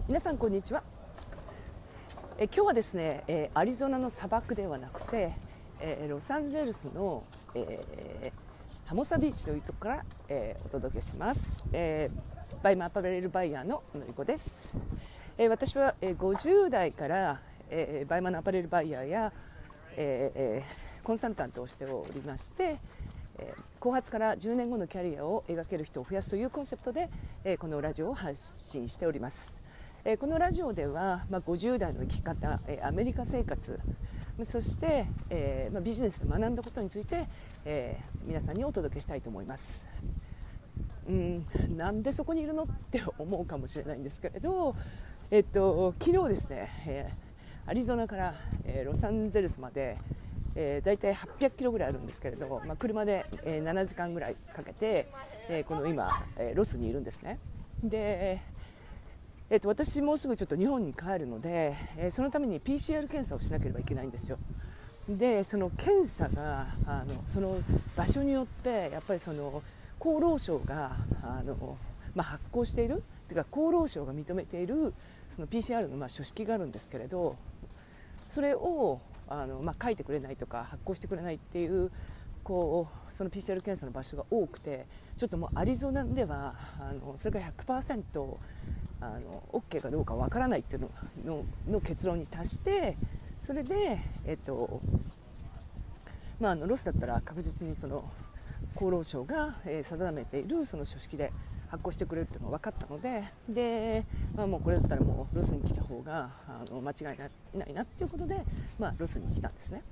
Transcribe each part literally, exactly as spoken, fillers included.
皆さんこんにちは。え今日はですね、えーアリゾナの砂漠ではなくて、えーロサンゼルスの、えーハモサビーチというところから、えーお届けします。えーバイマアパレルバイヤーののりこです。えー私は、えーごじゅう代から、えーバイマのアパレルバイヤーや、えーえーコンサルタントをしておりまして、えー後発からじゅうねんごのキャリアを描ける人を増やすというコンセプトで、えーこのラジオを発信しております。えーこのラジオでは、まあ、ごじゅう代の生き方、えーアメリカ生活、そして、えーまあ、ビジネスで学んだことについて、えー皆さんにお届けしたいと思います。うん、なんでそこにいるのって思うかもしれないんですけれど、えっと、昨日ですね、えーアリゾナから、えーロサンゼルスまで、えー、だいたいはっぴゃくキロぐらいあるんですけれど、まあ、車で、えー、ななじかんぐらいかけて、えーこの今、えーロスにいるんですね。でえー、と私もうすぐちょっと日本に帰るので、えーそのために ピーシーアール 検査をしなければいけないんですよ。でその検査があのその場所によってやっぱりその厚労省があの、まあ、発行しているというか厚労省が認めているその ピーシーアール のまあ書式があるんですけれど、それをあの、まあ、書いてくれないとか発行してくれないっていうこうその ピーシーアール 検査の場所が多くて、ちょっともうアリゾナではあのそれが ひゃくパーセントあの OK かどうかわからないっていうの の, の結論に達して、それで、えっとまあ、あのロスだったら確実にその厚労省が、えー定めているその書式で発行してくれるっていうのが分かったので、で、まあ、もうこれだったらもうロスに来た方があの間違いないないなっていうことで、まあ、ロスに来たんですね。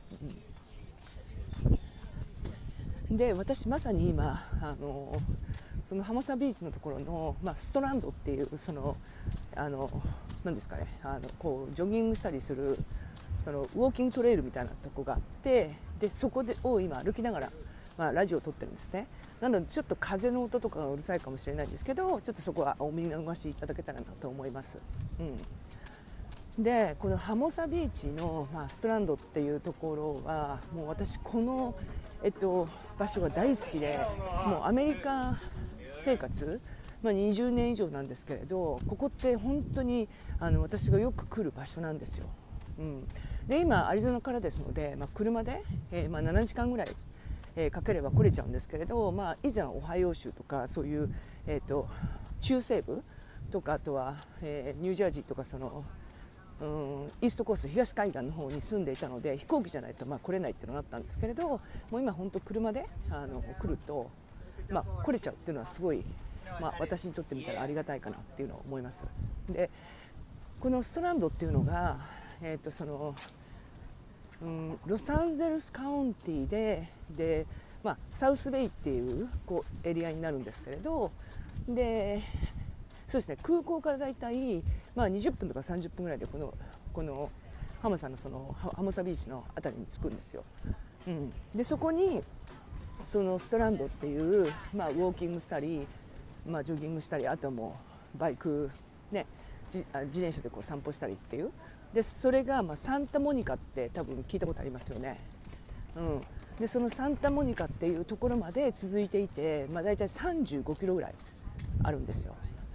うん、で私まさに今あのそのハモサビーチのところの、まあ、ストランドっていうそのあの何ですかね、あのこうジョギングしたりするそのウォーキングトレイルみたいなとこがあって、でそこでを今歩きながら、まあ、ラジオを撮ってるんですね。なのでちょっと風の音とかがうるさいかもしれないんですけど、ちょっとそこはお見逃しいただけたらなと思います。うん、でこのハモサビーチの、まあ、ストランドっていうところはもう私この、えっと、場所が大好きで、もうアメリカ生活、まあ、にじゅうねん以上なんですけれど、ここって本当にあの私がよく来る場所なんですよ。うん、で今アリゾナからですので、まあ、車で、えーまあ、ななじかんぐらい、えーかければ来れちゃうんですけれど、まあ、以前オハイオ州とかそういう、えー、と中西部とか、あとは、えーニュージャージーとかそのうんイーストコースト東海岸の方に住んでいたので、飛行機じゃないとまあ来れないっていうのがあったんですけれど、もう今本当車であの来ると、まあ、来れちゃうっていうのはすごい、まあ、私にとってみたらありがたいかなっていうのを思います。でこのストランドっていうのが、えーとそのうん、ロサンゼルスカウンティでで、まあ、サウスベイっていう、こうエリアになるんですけれど、でそうですね、空港からだいたい、まあ、にじゅっぷんとかさんじゅっぷんぐらいでこのこのハモさんのそのハモサビーチのあたりに着くんですよ。うん、でそこにそのストランドっていう、まあ、ウォーキングしたり、まあ、ジョギングしたり、あとはもうバイク、ね、自転車でこう散歩したりっていう、でそれが、まあ、サンタモニカって多分聞いたことありますよね。うん、でそのサンタモニカっていうところまで続いていて、まあ、だいたいさんじゅうごキロぐらいあるんですよ。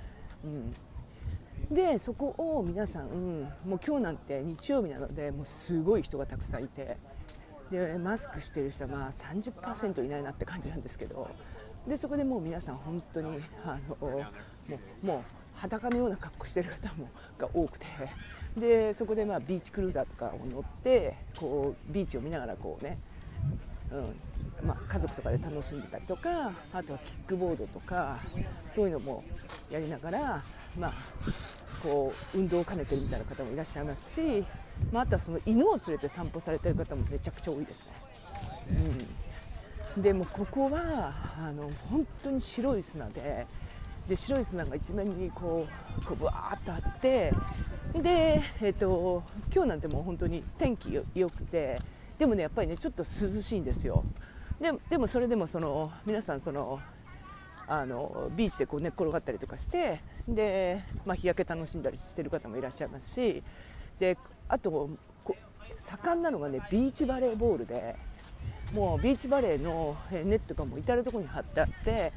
うん、でそこを皆さん、うん、もう今日なんて日曜日なのでもうすごい人がたくさんいて、でマスクしてる人はまあ さんじゅっパーセント いないなって感じなんですけど、でそこでもう皆さん本当にあのもう、もう裸のような格好してる方もが多くて、でそこでまあビーチクルーザーとかを乗ってこうビーチを見ながらこうね、うんまあ、家族とかで楽しんでたりとか、あとはキックボードとかそういうのもやりながら、まあ、こう運動を兼ねてるみたいな方もいらっしゃいますし、まあ、あとはその犬を連れて散歩されてる方もめちゃくちゃ多いですね。うん、でもここはあの本当に白い砂で、で白い砂が一面にこうこうブワーッとあって、で、えー、と今日なんてもう本当に天気良くて、でもねやっぱりねちょっと涼しいんですよ。で, でもそれでもその皆さんそのあのビーチでこう寝っ転がったりとかして、で、まあ、日焼け楽しんだりしてる方もいらっしゃいますし、であとこ盛んなのがねビーチバレーボールで、もうビーチバレーのネットがもう至る所に張ってあって、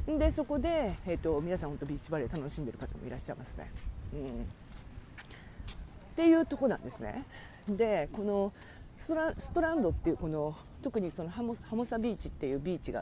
でそこで、えー、と皆さん本当ビーチバレー楽しんでる方もいらっしゃいますね、うん、っていうとこなんですね。でこのストラ、ストランドっていうこの特にそのハモ、ハモサビーチっていうビーチがあって、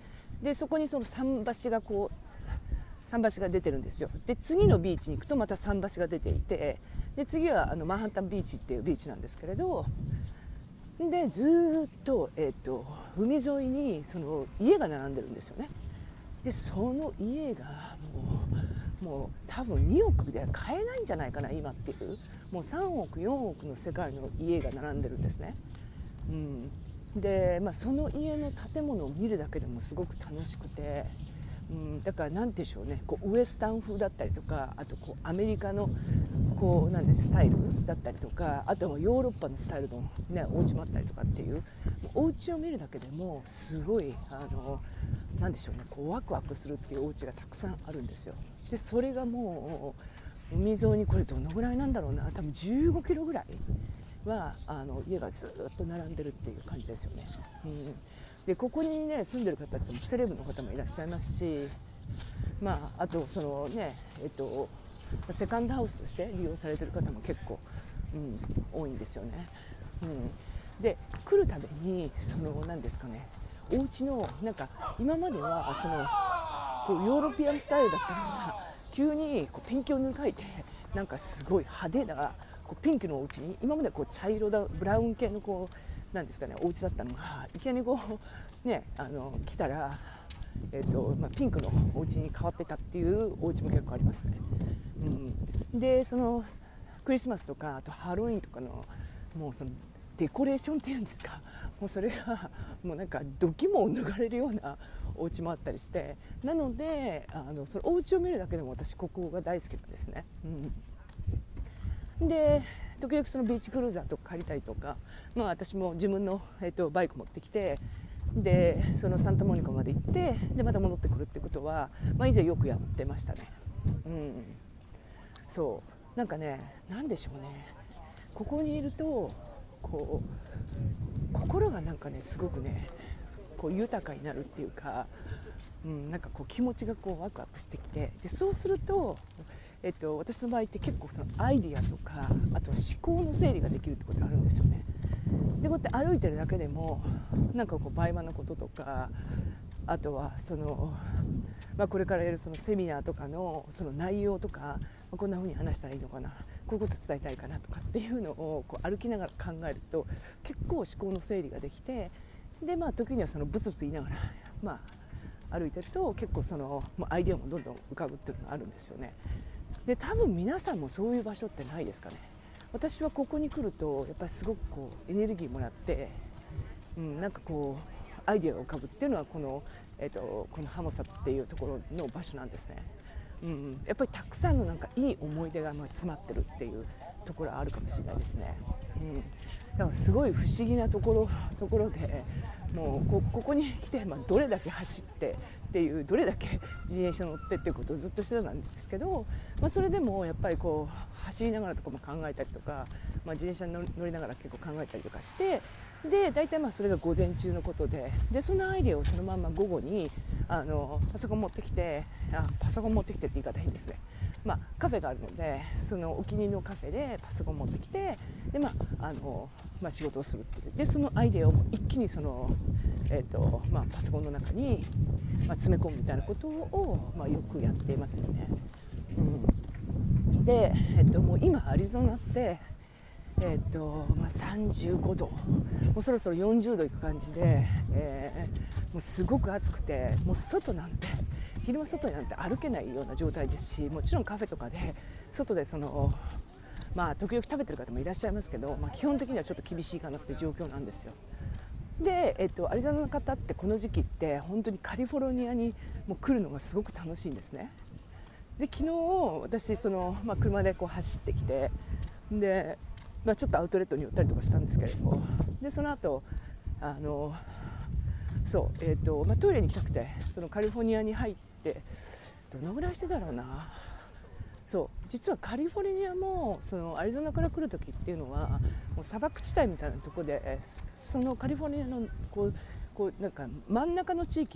でそこにその桟橋がこう桟橋が出てるんですよ。で次のビーチに行くとまた桟橋が出ていて、で次はあのマンハッタンビーチっていうビーチなんですけれど、でずっと、えー、と海沿いにその家が並んでるんですよね。でその家がもう、もう多分におくでは買えないんじゃないかな今っていう、もうさんおくよんおくの世界の家が並んでるんですね、うん、で、まあ、その家の建物を見るだけでもすごく楽しくて、うん、だから何でしょうね、こうウエスタン風だったりとか、あとこうアメリカのこうなんでスタイルだったりとか、あとはヨーロッパのスタイルの、ね、お家もあったりとかっていう、お家を見るだけでもすごいあのなんでしょうね、こうワクワクするっていうお家がたくさんあるんですよ。でそれがもう海沿いに、これどのぐらいなんだろうな、多分じゅうごキロぐらいはあの家がずっと並んでるっていう感じですよね、うん、でここにね住んでる方ってセレブの方もいらっしゃいますし、まあ、あとそのねえっとセカンドハウスとして利用されてる方も結構、うん、多いんですよね、うん、で来るたびにその何ですかね、お家のなんか今まではそのこうヨーロピアンスタイルだったのが急にこうペンキを塗り替えて、なんかすごい派手なこうピンクのお家に、今までこう茶色だブラウン系のこうなんですかねお家だったのが、いきなりこうねあの来たら、えーとまあ、ピンクのお家に変わってたっていうお家も結構ありますね、うん、でそのクリスマスとかあとハロウィンとかのもうそのデコレーションっていうんですか、もうそれがもうなんか度肝を抜かれるようなお家もあったりして、なのであのそのお家を見るだけでも私ここが大好きなんですね、うん、で時々そのビーチクルーザーとか借りたりとか、まあ、私も自分の、えーと、バイク持ってきて、でそのサンタモニカまで行ってでまた戻ってくるってことは、まあ、以前よくやってましたね、うん、そうなんかね、なんでしょうね、ここにいるとこう心がなんかねすごくねこう豊かになるっていうか、うん、なんかこう気持ちがこうワクワクしてきて、でそうすると、えっと、私の場合って結構そのアイディアとかあとは思考の整理ができるってことがあるんですよね。でこうやって歩いてるだけでもなんかこう売買のこととか、あとはその、まあ、これからやるそのセミナーとかのその内容とか、まあ、こんな風に話したらいいのかな、こういうこと伝えたいかなとかっていうのをこう歩きながら考えると結構思考の整理ができて、でまあ時にはそのブツブツ言いながら、まあ、歩いてると結構その、まあ、アイデアもどんどん浮かぶっていうのがあるんですよね。で多分皆さんもそういう場所ってないですかね。私はここに来るとやっぱりすごくこうエネルギーもらって、うん、なんかこうアイデアが浮かぶっていうのはこの、えーと、このハモサっていうところの場所なんですね、うん、やっぱりたくさんのなんかいい思い出がまあ詰まってるっていうところはあるかもしれないですね、うん、だからすごい不思議なところ、ところでもう こ, ここに来て、まあ、どれだけ走ってっていう、どれだけ自転車乗ってっていうことをずっとしてたんですけど、まあ、それでもやっぱりこう走りながらとかも考えたりとか、まあ、自転車に乗りながら結構考えたりとかして、で大体まあそれが午前中のことで、でそのアイデアをそのまま午後にあのパソコン持ってきて、あパソコン持ってきてって言い方変ですね、まあ、カフェがあるのでそのお気に入りのカフェでパソコン持ってきて、で、まああのまあ、仕事をするっていう、でそのアイデアを一気にその、えーとまあ、パソコンの中に、まあ、詰め込むみたいなことを、まあ、よくやっていますよね、うん、で、えーと、もう今アリゾナってえーとまあ、さんじゅうごど、もうそろそろよんじゅうどいく感じで、えー、もうすごく暑くて、もう外なんて昼間外なんて歩けないような状態ですし、もちろんカフェとかで外でその、まあ、時々食べてる方もいらっしゃいますけど、まあ、基本的にはちょっと厳しいかなっていう状況なんですよ。で、えーと、アリゾナの方ってこの時期って本当にカリフォルニアにもう来るのがすごく楽しいんですね。で昨日私その、まあ、車でこう走ってきて、でまあ、ちょっとアウトレットに寄ったりとかしたんですけれど、でその後あのそう、えーとまあ、トイレに行きたくてそのカリフォルニアに入って、どのぐらいしてだろうな、そう実はカリフォルニアもそのアリゾナから来る時っていうのはもう砂漠地帯みたいなところで、そのカリフォルニアのこうこうなんか真ん中の地域っ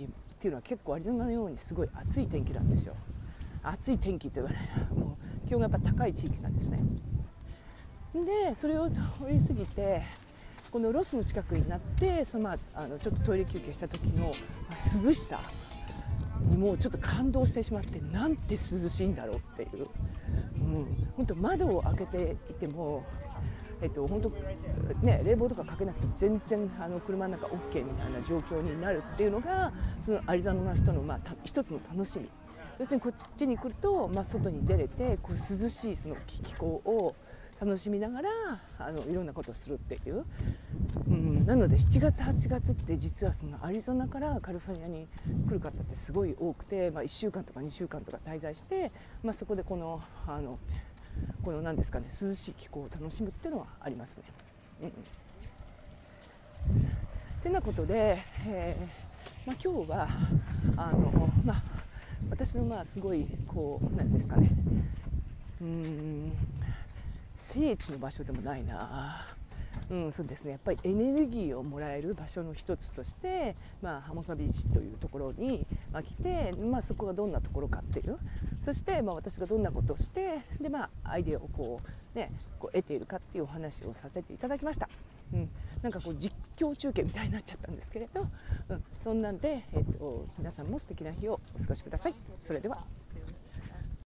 っていうのは結構アリゾナのようにすごい暑い天気なんですよ。暑い天気と言われる、もう気温がやっぱ高い地域なんですね。でそれを通り過ぎてこのロスの近くになって、その、まあ、あのちょっとトイレ休憩した時の、まあ、涼しさにもうちょっと感動してしまって、なんて涼しいんだろうっていう、うん、本当窓を開けていても、えっと、本当ね、冷房とかかけなくても全然あの車の中 OK みたいな状況になるっていうのがそのアリゾナの人の、まあ、一つの楽しみ。要するにこっちに来ると、まあ、外に出れてこう涼しいその気候を楽しみながらあのいろんなことをするっていう、うん、なのでしちがつはちがつって実はそのアリゾナからカリフォルニアに来る方ってすごい多くて、まあ、いっしゅうかんとかにしゅうかんとか滞在して、まあ、そこでこのあのこの何ですかね、涼しい気候を楽しむっていうのはありますね。うん、てなことで、えーまあ、今日はあの、まあ、私のまあすごいこうなんですかね、うーん聖地の場所でもないな、うん、そうですね、やっぱりエネルギーをもらえる場所の一つとして、まあ、ハモサビーチというところに、まあ、来て、まあ、そこがどんなところかっていう、そして、まあ、私がどんなことをしてで、まあ、アイデアをこう、ね、こう得ているかっていうお話をさせていただきました。うん、なんかこう実況中継みたいになっちゃったんですけれど、うん、そんなんで、えーと、皆さんも素敵な日をお過ごしください。それでは。